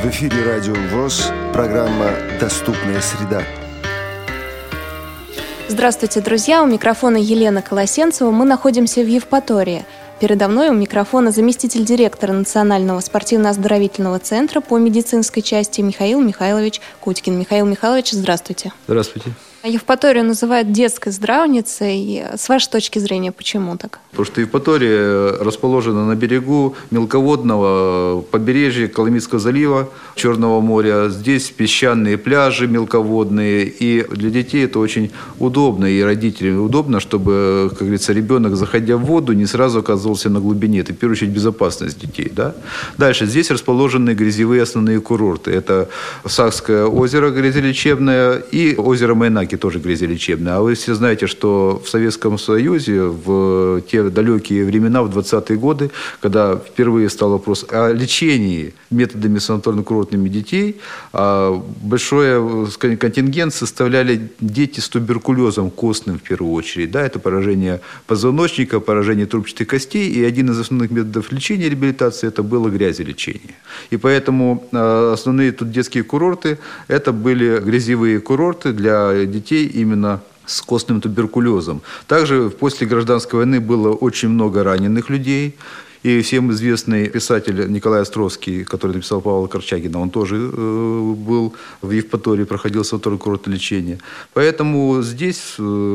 В эфире Радио ВОС, программа «Доступная среда». Здравствуйте, друзья! У микрофона Елена Колосенцева. Мы находимся в Евпатории. Передо мной у микрофона заместитель директора Национального спортивно-оздоровительного центра по медицинской части Михаил Михайлович Кутькин. Михаил Михайлович, здравствуйте. Здравствуйте. Евпаторию называют детской здравницей. С вашей точки зрения, почему так? Потому что Евпатория расположена на берегу мелководного побережья Колымийского залива, Черного моря. Здесь песчаные пляжи мелководные. И для детей это очень удобно. И родителям удобно, чтобы, как говорится, ребенок, заходя в воду, не сразу оказывался на глубине. Это, в первую очередь, безопасность детей. Да? Дальше. Здесь расположены грязевые основные курорты. Это Сакское озеро грязелечебное и озеро Майнаки, тоже грязелечебное. А вы все знаете, что в Советском Союзе в те далекие времена, в 20-е годы, когда впервые стал вопрос о лечении методами санаторно-курортными детей, большой контингент составляли дети с туберкулезом костным в первую очередь. Да, это поражение позвоночника, поражение трубчатых костей. И один из основных методов лечения и реабилитации это было грязелечение. И поэтому основные тут детские курорты это были грязевые курорты для детей именно с костным туберкулезом. Также после гражданской войны было очень много раненых людей. И всем известный писатель Николай Островский, который написал Павла Корчагина, он тоже был в Евпатории, проходил санаторно-курортное лечение. Поэтому здесь,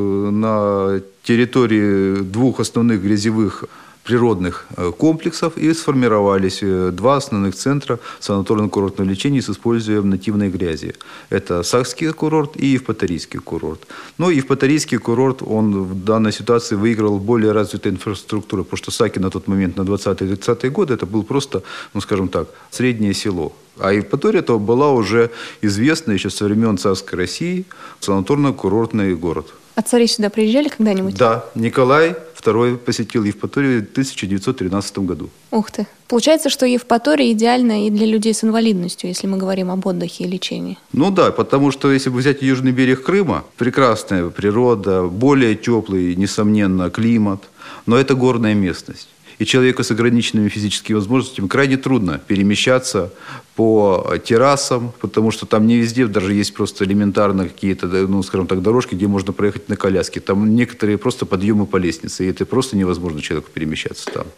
на территории двух основных грязевых природных комплексов и сформировались два основных центра санаторно-курортного лечения с использованием нативной грязи. Это Сакский курорт и Евпаторийский курорт. Но Евпаторийский курорт, он в данной ситуации выиграл более развитой инфраструктурой, потому что Саки на тот момент, на 20-30-е годы, это был просто, скажем так, среднее село. А Евпатория это была уже известная еще со времен царской России санаторно-курортный город. А цари сюда приезжали когда-нибудь? Да, Николай II посетил Евпаторию в 1913 году. Ух ты. Получается, что Евпатория идеальна и для людей с инвалидностью, если мы говорим об отдыхе и лечении. Ну да, потому что если взять южный берег Крыма, прекрасная природа, более теплый, несомненно, климат, но это горная местность. И человеку с ограниченными физическими возможностями крайне трудно перемещаться по террасам, потому что там не везде даже есть просто элементарно какие-то, скажем так, дорожки, где можно проехать на коляске. Там некоторые просто подъемы по лестнице, и это просто невозможно человеку перемещаться там.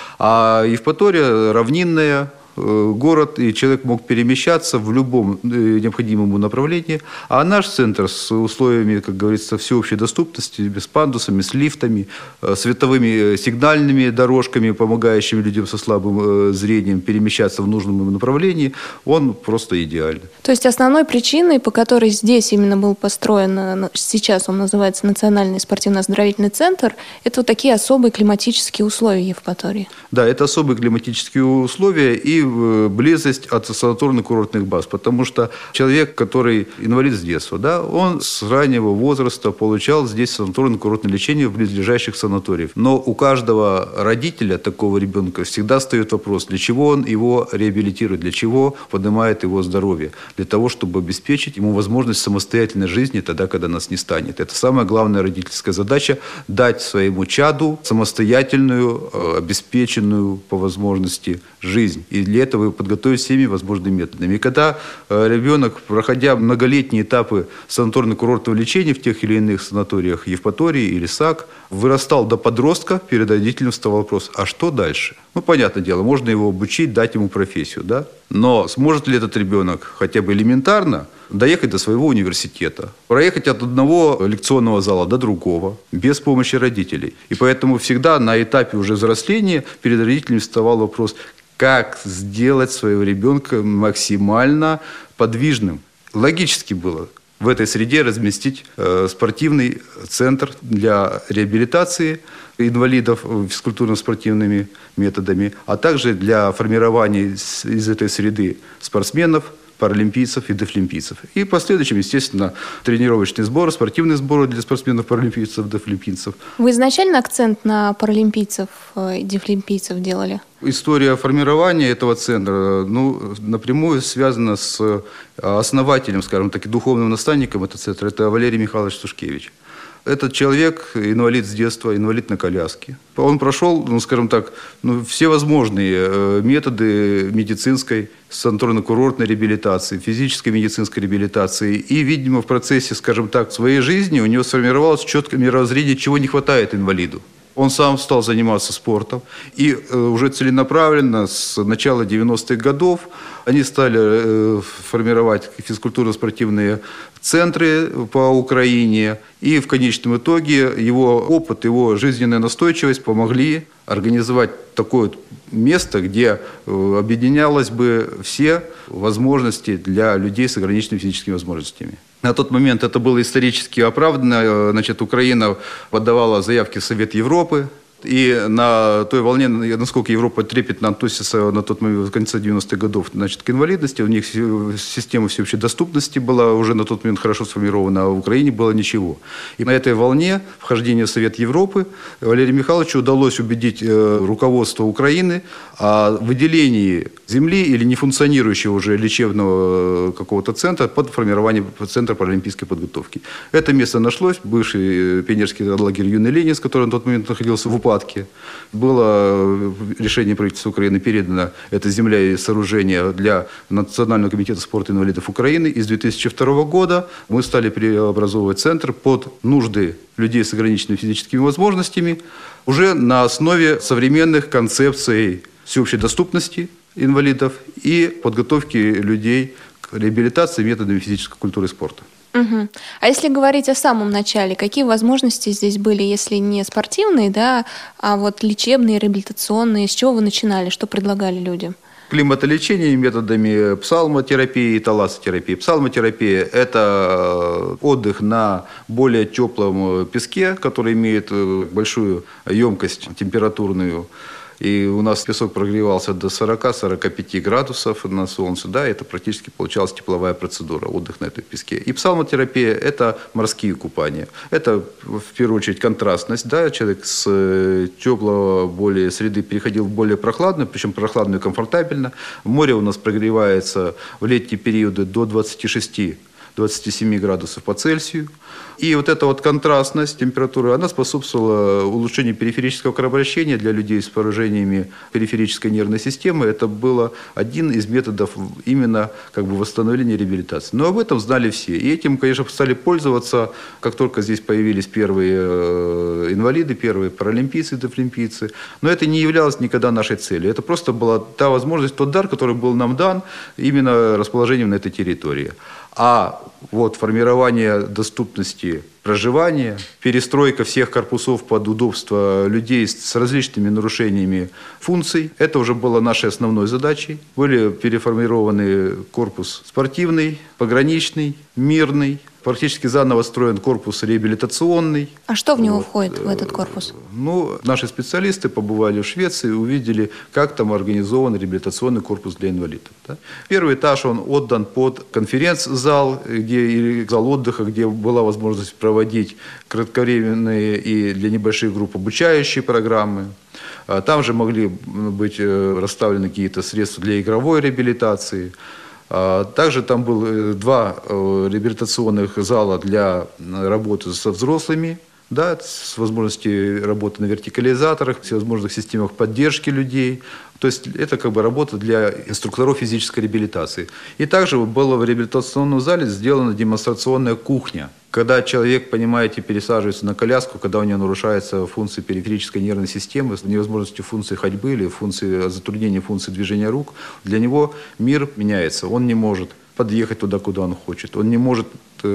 А Евпатория равнинная, город, и человек мог перемещаться в любом необходимом ему направлении. А наш центр с условиями, как говорится, всеобщей доступности, с пандусами, с лифтами, световыми сигнальными дорожками, помогающими людям со слабым зрением перемещаться в нужном им направлении, он просто идеальный. То есть основной причиной, по которой здесь именно был построен, сейчас он называется Национальный спортивно-оздоровительный центр, это вот такие особые климатические условия Евпатории. Да, это особые климатические условия и близость от санаторно-курортных баз, потому что человек, который инвалид с детства, да, он с раннего возраста получал здесь санаторно-курортное лечение в близлежащих санаториях. Но у каждого родителя такого ребенка всегда встает вопрос, для чего он его реабилитирует, для чего поднимает его здоровье, для того, чтобы обеспечить ему возможность самостоятельной жизни тогда, когда нас не станет. Это самая главная родительская задача – дать своему чаду самостоятельную, обеспеченную по возможности жизнь. И для этого подготовить всеми возможными методами. И когда ребенок, проходя многолетние этапы санаторно-курортного лечения в тех или иных санаториях Евпатории или САК, вырастал до подростка, перед родителем вставал вопрос, а что дальше? Понятное дело, можно его обучить, дать ему профессию, да? Но сможет ли этот ребенок хотя бы элементарно доехать до своего университета, проехать от одного лекционного зала до другого, без помощи родителей? И поэтому всегда на этапе уже взросления перед родителями вставал вопрос, как сделать своего ребенка максимально подвижным. Логически было в этой среде разместить спортивный центр для реабилитации инвалидов физкультурно-спортивными методами, а также для формирования из этой среды спортсменов, паралимпийцев и дефлимпийцев. И в последующем, естественно, тренировочные сборы, спортивные сборы для спортсменов, паралимпийцев, дефлимпийцев. Вы изначально акцент на паралимпийцев и дефлимпийцев делали? История формирования этого центра напрямую связана с основателем, скажем так, и духовным наставником этого центра. Это Валерий Михайлович Сушкевич. Этот человек инвалид с детства, инвалид на коляске. Он прошел, скажем так, все возможные методы медицинской, санаторно-курортной реабилитации, физической медицинской реабилитации. И, видимо, в процессе, скажем так, своей жизни у него сформировалось четкое мировоззрение, чего не хватает инвалиду. Он сам стал заниматься спортом. И уже целенаправленно с начала 90-х годов они стали формировать физкультурно-спортивные центры по Украине. И в конечном итоге его опыт, его жизненная настойчивость помогли организовать такое место, где объединялось бы все возможности для людей с ограниченными физическими возможностями. На тот момент это было исторически оправдано. Значит, Украина подавала заявки в Совет Европы. И на той волне, насколько Европа трепетно относится на тот момент, в конце 90-х годов, значит, к инвалидности, у них система всеобщей доступности была уже на тот момент хорошо сформирована, а в Украине было ничего. И на этой волне вхождения в Совет Европы Валерию Михайловичу удалось убедить руководство Украины о выделении земли или нефункционирующего уже лечебного какого-то центра под формирование Центра паралимпийской подготовки. Это место нашлось, бывший пионерский лагерь «Юный Ленин», который на тот момент находился в упадке. Было решение правительства Украины передано эта земля и сооружение для Национального комитета спорта инвалидов Украины. И с 2002 года мы стали преобразовывать центр под нужды людей с ограниченными физическими возможностями уже на основе современных концепций всеобщей доступности инвалидов и подготовки людей к реабилитации методами физической культуры и спорта. Угу. А если говорить о самом начале, какие возможности здесь были, если не спортивные, да, а вот лечебные, реабилитационные, с чего вы начинали, что предлагали людям? Климатолечение методами псалмотерапии и талассотерапии. Псалмотерапия – это отдых на более теплом песке, который имеет большую емкость температурную. И у нас песок прогревался до 40-45 градусов на солнце. Да, это практически получалась тепловая процедура, отдых на этом песке. И псалмотерапия – это морские купания. Это, в первую очередь, контрастность. Да, человек с теплого более среды переходил в более прохладную, причем прохладную и комфортабельно. Море у нас прогревается в летние периоды до 26-27 градусов по Цельсию. И вот эта вот контрастность температуры, она способствовала улучшению периферического кровообращения для людей с поражениями периферической нервной системы. Это был один из методов именно восстановления и реабилитации. Но об этом знали все. И этим, конечно, стали пользоваться, как только здесь появились первые инвалиды, первые паралимпийцы, дефлимпийцы. Но это не являлось никогда нашей целью. Это просто была та возможность, тот дар, который был нам дан именно расположением на этой территории. А вот формирование доступности проживания, перестройка всех корпусов под удобство людей с различными нарушениями функций, это уже было нашей основной задачей. Были переформированы корпус спортивный, пограничный, мирный, практически заново строен корпус реабилитационный. А что в него входит, в этот корпус? Наши специалисты побывали в Швеции, увидели, как там организован реабилитационный корпус для инвалидов. Да? Первый этаж он отдан под конференц-зал, или зал отдыха, где была возможность проводить кратковременные и для небольших групп обучающие программы. Там же могли быть расставлены какие-то средства для игровой реабилитации. Также там было 2 реабилитационных зала для работы со взрослыми, да, с возможностью работы на вертикализаторах, всевозможных системах поддержки людей. То есть это работа для инструкторов физической реабилитации. И также было в реабилитационном зале сделана демонстрационная кухня. Когда человек, понимаете, пересаживается на коляску, когда у него нарушаются функции периферической нервной системы, с невозможностью функции ходьбы или затруднения функции движения рук, для него мир меняется. Он не может подъехать туда, куда он хочет. Он не может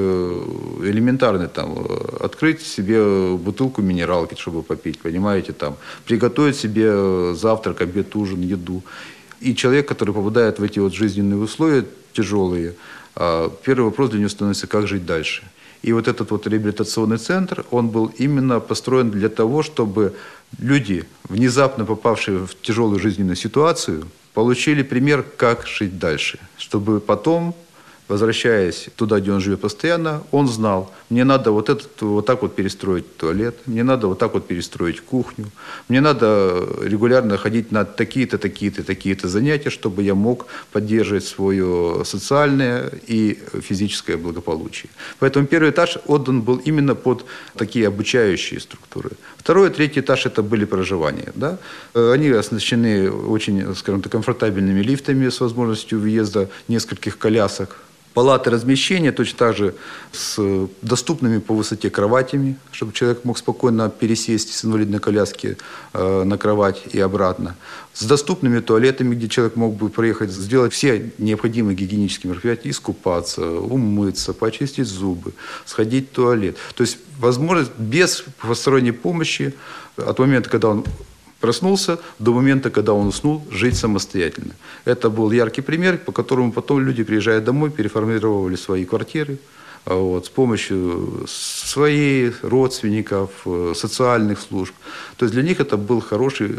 элементарно открыть себе бутылку минералки, чтобы попить, понимаете, приготовить себе завтрак, обед, ужин, еду. И человек, который попадает в эти жизненные условия тяжелые, первый вопрос для него становится, как жить дальше. И вот этот реабилитационный центр, он был именно построен для того, чтобы люди, внезапно попавшие в тяжелую жизненную ситуацию, получили пример, как жить дальше, чтобы потом возвращаясь туда, где он живет постоянно, он знал, мне надо вот так вот перестроить туалет, мне надо вот так вот перестроить кухню, мне надо регулярно ходить на такие-то, такие-то, такие-то занятия, чтобы я мог поддерживать свое социальное и физическое благополучие. Поэтому первый этаж отдан был именно под такие обучающие структуры. Второй и третий этаж это были проживания. Да? Они оснащены очень, скажем так, комфортабельными лифтами с возможностью въезда нескольких колясок. Палаты размещения точно так же с доступными по высоте кроватями, чтобы человек мог спокойно пересесть с инвалидной коляски на кровать и обратно. С доступными туалетами, где человек мог бы приехать, сделать все необходимые гигиенические мероприятия, искупаться, умыться, почистить зубы, сходить в туалет. То есть возможность без посторонней помощи от момента, когда он проснулся, до момента, когда он уснул, жить самостоятельно. Это был яркий пример, по которому потом люди, приезжая домой, переформировали свои квартиры с помощью своих родственников, социальных служб. То есть для них это был хороший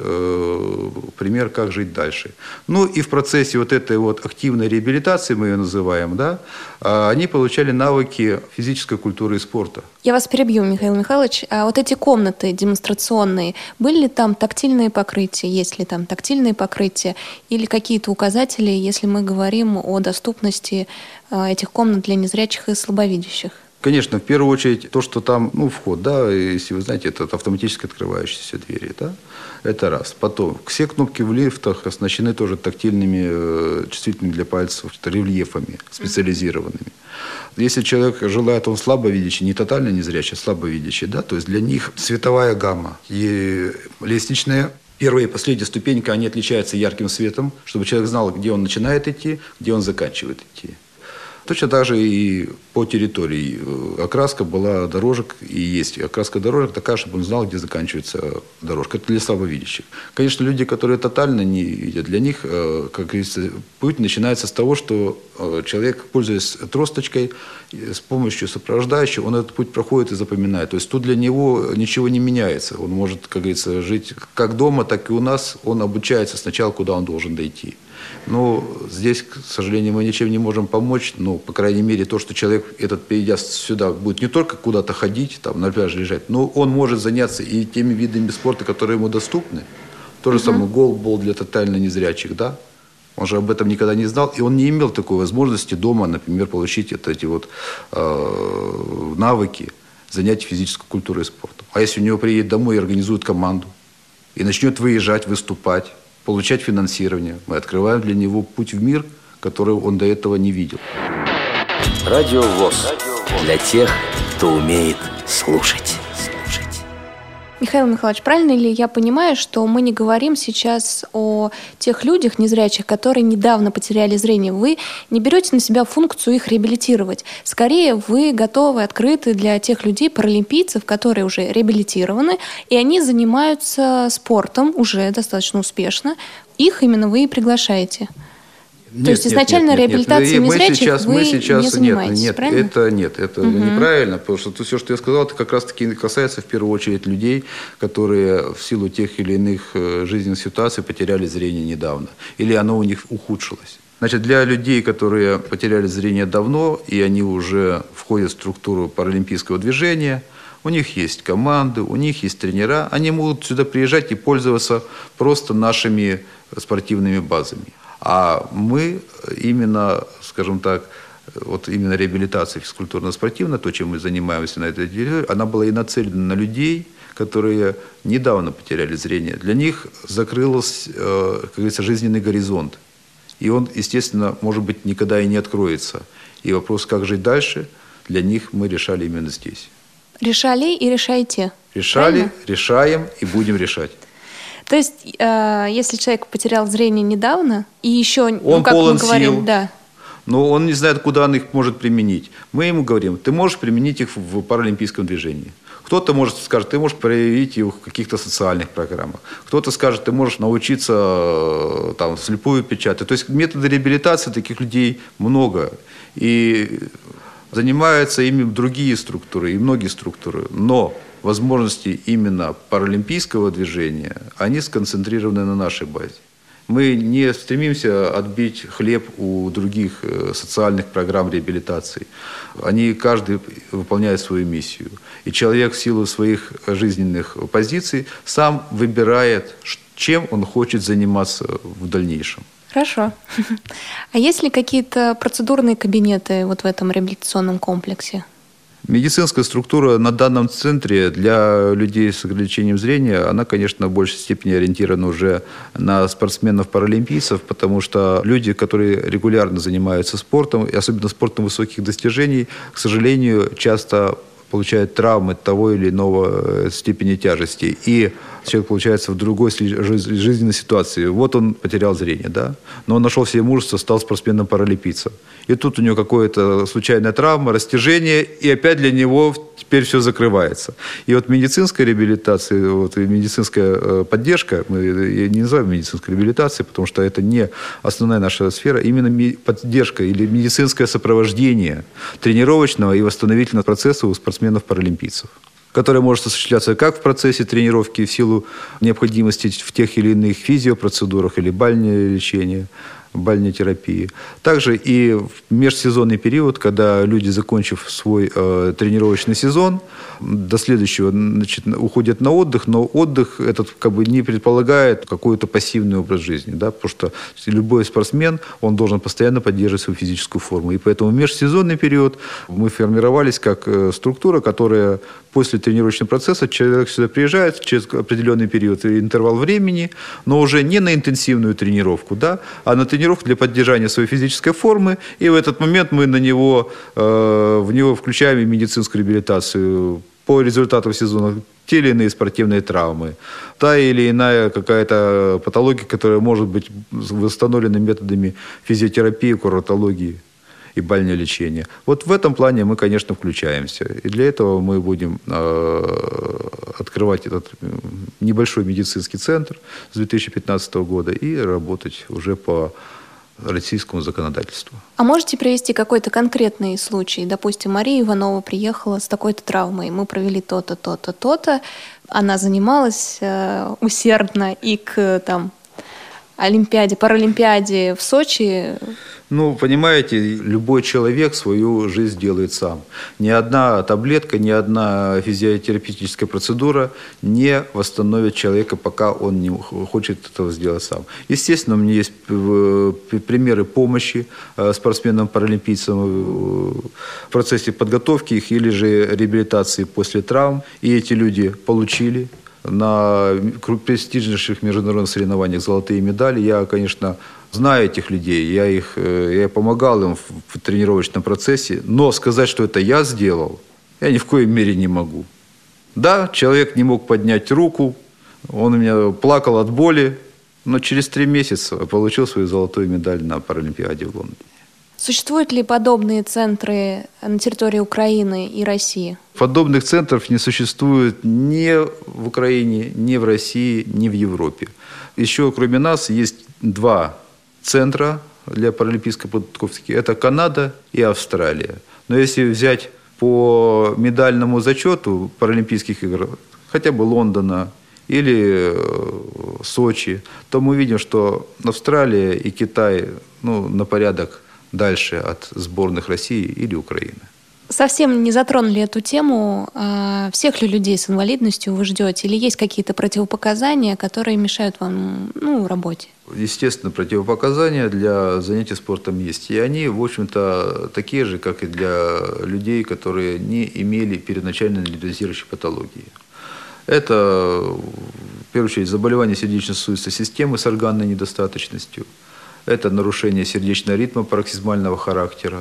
пример, как жить дальше. Ну и в процессе вот этой вот активной реабилитации, мы ее называем, да, они получали навыки физической культуры и спорта. Я вас перебью, Михаил Михайлович. А вот эти комнаты демонстрационные, были ли там тактильные покрытия, есть ли там тактильные покрытия или какие-то указатели, если мы говорим о доступности этих комнат для незрячих и слабовидящих? Конечно, в первую очередь то, что там, вход, да, если вы знаете, это автоматически открывающиеся двери, да, это раз. Потом, все кнопки в лифтах оснащены тоже тактильными, чувствительными для пальцев, рельефами специализированными. Если человек желает, он слабовидящий, не тотально незрячий, а слабовидящий, да, то есть для них цветовая гамма и лестничная, первая и последняя ступенька, они отличаются ярким светом, чтобы человек знал, где он начинает идти, где он заканчивает идти. Точно так же и по территории. Окраска была дорожек, и есть окраска дорожек такая, чтобы он знал, где заканчивается дорожка. Это для слабовидящих. Конечно, люди, которые тотально не видят, для них, как говорится, путь начинается с того, что человек, пользуясь тросточкой, с помощью сопровождающего, он этот путь проходит и запоминает. То есть тут для него ничего не меняется. Он может, как говорится, жить как дома, так и у нас. Он обучается сначала, куда он должен дойти. Но здесь, к сожалению, мы ничем не можем помочь. По крайней мере, то, что человек этот, перейдя сюда, будет не только куда-то ходить, там, на пляже лежать, но он может заняться и теми видами спорта, которые ему доступны. То же самое голбол для тотально незрячих, да? Он же об этом никогда не знал, и он не имел такой возможности дома, например, получить эти вот навыки занятий физической культурой и спортом. А если у него приедет домой и организует команду, и начнет выезжать, выступать, получать финансирование, мы открываем для него путь в мир, который он до этого не видел. Радио ВОС. Для тех, кто умеет слушать. Михаил Михайлович, правильно ли я понимаю, что мы не говорим сейчас о тех людях незрячих, которые недавно потеряли зрение? Вы не берете на себя функцию их реабилитировать. Скорее, вы готовы, открыты для тех людей, паралимпийцев, которые уже реабилитированы, и они занимаются спортом уже достаточно успешно. Их именно вы и приглашаете. То есть изначально реабилитацией незрячих вы не занимаетесь, правильно? Это неправильно, потому что все, что я сказал, это как раз-таки касается в первую очередь людей, которые в силу тех или иных жизненных ситуаций потеряли зрение недавно, или оно у них ухудшилось. Значит, для людей, которые потеряли зрение давно, и они уже входят в структуру паралимпийского движения, у них есть команды, у них есть тренера, они могут сюда приезжать и пользоваться просто нашими спортивными базами. А мы именно, скажем так, вот именно реабилитация физкультурно-спортивная, то, чем мы занимаемся на этой территории, она была и нацелена на людей, которые недавно потеряли зрение. Для них закрылся, как говорится, жизненный горизонт. И он, естественно, может быть, никогда и не откроется. И вопрос, как жить дальше, для них мы решали именно здесь. Решали и решаете. Решали, правильно? Решаем и будем решать. То есть, если человек потерял зрение недавно, и еще, он как полон мы говорим, сил, да. но он не знает, куда он их может применить. Мы ему говорим, ты можешь применить их в паралимпийском движении. Кто-то может скажет, ты можешь проявить их в каких-то социальных программах. Кто-то скажет, ты можешь научиться там, слепую печатать. То есть методы реабилитации таких людей много. И занимаются ими другие структуры, и многие структуры. Но возможности именно паралимпийского движения, они сконцентрированы на нашей базе. Мы не стремимся отбить хлеб у других социальных программ реабилитации. Они каждый выполняет свою миссию. И человек в силу своих жизненных позиций сам выбирает, чем он хочет заниматься в дальнейшем. Хорошо. А есть ли какие-то процедурные кабинеты вот в этом реабилитационном комплексе? Медицинская структура на данном центре для людей с ограничением зрения, она, конечно, в большей степени ориентирована уже на спортсменов-паралимпийцев, потому что люди, которые регулярно занимаются спортом, и особенно спортом высоких достижений, к сожалению, часто получают травмы того или иного степени тяжести. И человек получается в другой жизненной ситуации. Вот он потерял зрение, да? Но он нашел в себе мужество, стал спортсменом-паралимпийцем. И тут у него какая-то случайная травма, растяжение, и опять для него теперь все закрывается. И вот медицинская реабилитация, вот, и медицинская поддержка, мы ее не называем медицинской реабилитацией, потому что это не основная наша сфера, именно поддержка или медицинское сопровождение тренировочного и восстановительного процесса у спортсменов-паралимпийцев, которое может осуществляться как в процессе тренировки в силу необходимости в тех или иных физиопроцедурах или бальное лечение, бальной терапии. Также и в межсезонный период, когда люди, закончив свой тренировочный сезон, до следующего уходят на отдых, но отдых этот не предполагает какой-то пассивный образ жизни, да, потому что любой спортсмен, он должен постоянно поддерживать свою физическую форму. И поэтому в межсезонный период мы формировались как структура, которая после тренировочного процесса, человек сюда приезжает через определенный период, интервал времени, но уже не на интенсивную тренировку, да, а на тренировку для поддержания своей физической формы. И в этот момент мы в него включаем и медицинскую реабилитацию по результатам сезона, те или иные спортивные травмы, та или иная какая-то патология, которая может быть восстановлена методами физиотерапии, куратологии и бальное лечение. Вот в этом плане мы, конечно, включаемся. И для этого мы будем открывать этот небольшой медицинский центр с 2015 года и работать уже по российскому законодательству. А можете привести какой-то конкретный случай? Допустим, Мария Иванова приехала с такой-то травмой. Мы провели то-то, то-то, то-то. Она занималась усердно и к Олимпиаде, Паралимпиаде в Сочи. Понимаете, любой человек свою жизнь делает сам. Ни одна таблетка, ни одна физиотерапевтическая процедура не восстановит человека, пока он не хочет этого сделать сам. Естественно, у меня есть примеры помощи спортсменам-паралимпийцам в процессе подготовки их или же реабилитации после травм. И эти люди получили на престижнейших международных соревнованиях золотые медали. Я, конечно, знаю этих людей, я помогал им в тренировочном процессе, но сказать, что это я сделал, я ни в коей мере не могу. Да, человек не мог поднять руку, он у меня плакал от боли, но через 3 месяца получил свою золотую медаль на Паралимпиаде в Лондоне. Существуют ли подобные центры на территории Украины и России? Подобных центров не существует ни в Украине, ни в России, ни в Европе. Еще кроме нас есть 2 центра для паралимпийской подготовки. Это Канада и Австралия. Но если взять по медальному зачету Паралимпийских игр, хотя бы Лондона или Сочи, то мы видим, что Австралия и Китай на порядок дальше от сборных России или Украины. Совсем не затронули эту тему. Всех ли людей с инвалидностью вы ждете? Или есть какие-то противопоказания, которые мешают вам в работе? Естественно, противопоказания для занятий спортом есть. И они, в общем-то, такие же, как и для людей, которые не имели первоначально инвалидизирующей патологии. Это, в первую очередь, заболевание сердечно-сосудистой системы с органной недостаточностью. Это нарушение сердечного ритма пароксизмального характера.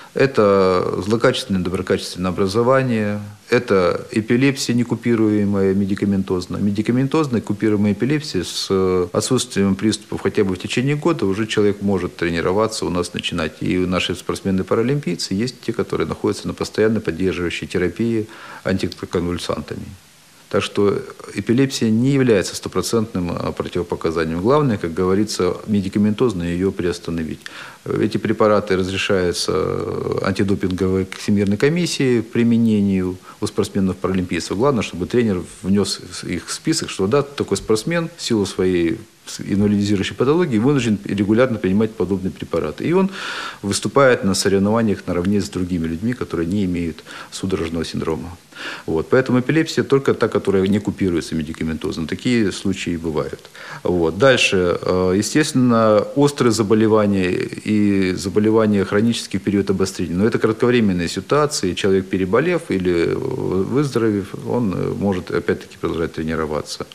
Это злокачественное, доброкачественное образование. Это эпилепсия, некупируемая медикаментозно. Медикаментозная купируемая эпилепсия с отсутствием приступов хотя бы в течение года уже человек может тренироваться у нас начинать. И наши спортсмены-паралимпийцы есть те, которые находятся на постоянно поддерживающей терапии антиконвульсантами. Так что эпилепсия не является стопроцентным противопоказанием. Главное, как говорится, медикаментозно ее приостановить. Эти препараты разрешаются антидопинговой всемирной комиссией к применению у спортсменов-паралимпийцев. Главное, чтобы тренер внес их в список, что да, такой спортсмен в силу своей с инвалидизирующей патологией вынужден регулярно принимать подобные препараты. И он выступает на соревнованиях наравне с другими людьми, которые не имеют судорожного синдрома. Вот. Поэтому эпилепсия только та, которая не купируется медикаментозно. Такие случаи бывают. Вот. Дальше. Естественно, острые заболевания и заболевания хронические в период обострения. Но это кратковременные ситуации. Человек, переболев или выздоровев, он может опять-таки продолжать тренироваться.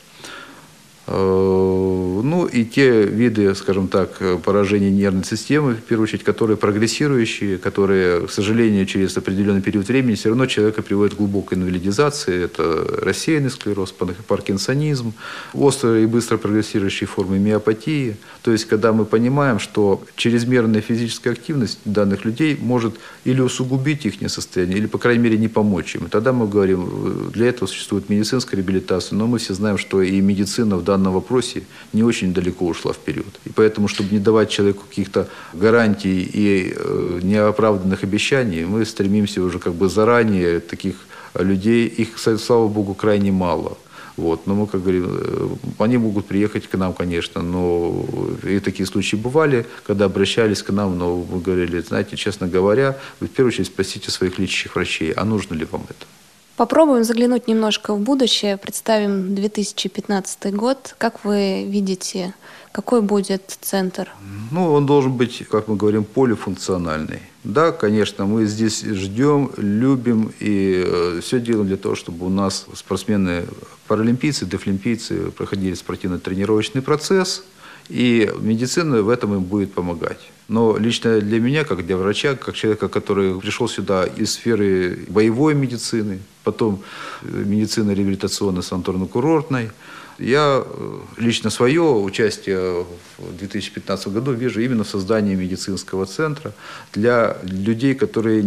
Ну и те виды, скажем так, поражений нервной системы, в первую очередь, которые прогрессирующие, которые, к сожалению, через определенный период времени все равно человека приводят к глубокой инвалидизации. Это рассеянный склероз, паркинсонизм, острые и быстро прогрессирующие формы миопатии. То есть, когда мы понимаем, что чрезмерная физическая активность данных людей может или усугубить их состояние, или, по крайней мере, не помочь им. И тогда мы говорим, для этого существует медицинская реабилитация, но мы все знаем, что и медицина в данном вопросе не очень далеко ушла вперед. И поэтому, чтобы не давать человеку каких-то гарантий и неоправданных обещаний, мы стремимся уже как бы заранее таких людей, их, слава богу, крайне мало. Вот. Но мы, как говорим, они могут приехать к нам, конечно, но и такие случаи бывали, когда обращались к нам, но мы говорили, знаете, честно говоря, вы в первую очередь спросите своих лечащих врачей, а нужно ли вам это? Попробуем заглянуть немножко в будущее, представим 2015 год. Как вы видите, какой будет центр? Ну, он должен быть, как мы говорим, полифункциональный. Да, конечно, мы здесь ждем, любим и все делаем для того, чтобы у нас спортсмены, паралимпийцы, дефлимпийцы проходили спортивно-тренировочный процесс, и медицина в этом им будет помогать. Но лично для меня, как для врача, как человека, который пришел сюда из сферы боевой медицины, потом медицины реабилитационной, санаторно-курортной, я лично свое участие в 2015 году вижу именно в создании медицинского центра для людей, которые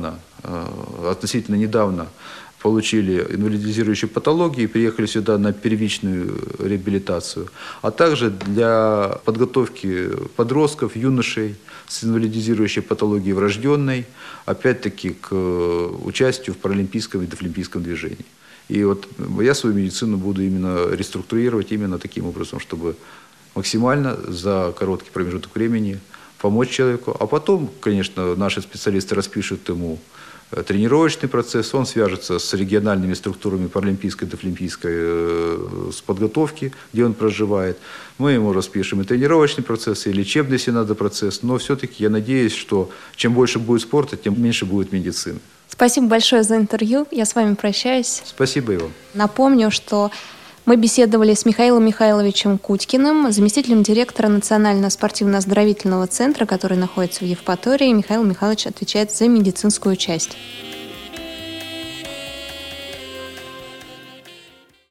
относительно недавно получили инвалидизирующие патологии и приехали сюда на первичную реабилитацию, а также для подготовки подростков, юношей с инвалидизирующей патологией врожденной, опять-таки к участию в паралимпийском и дефлимпийском движении. И вот я свою медицину буду именно реструктурировать именно таким образом, чтобы максимально за короткий промежуток времени помочь человеку, а потом, конечно, наши специалисты распишут ему тренировочный процесс, он свяжется с региональными структурами паралимпийской, дефлимпийской с подготовки, где он проживает. Мы ему распишем и тренировочный процесс, и лечебный, если надо, процесс. Но все-таки я надеюсь, что чем больше будет спорта, тем меньше будет медицины. Спасибо большое за интервью. Я с вами прощаюсь. Спасибо, Иван. Напомню, что мы беседовали с Михаилом Михайловичем Кутькиным, заместителем директора Национального спортивно-оздоровительного центра, который находится в Евпатории. Михаил Михайлович отвечает за медицинскую часть.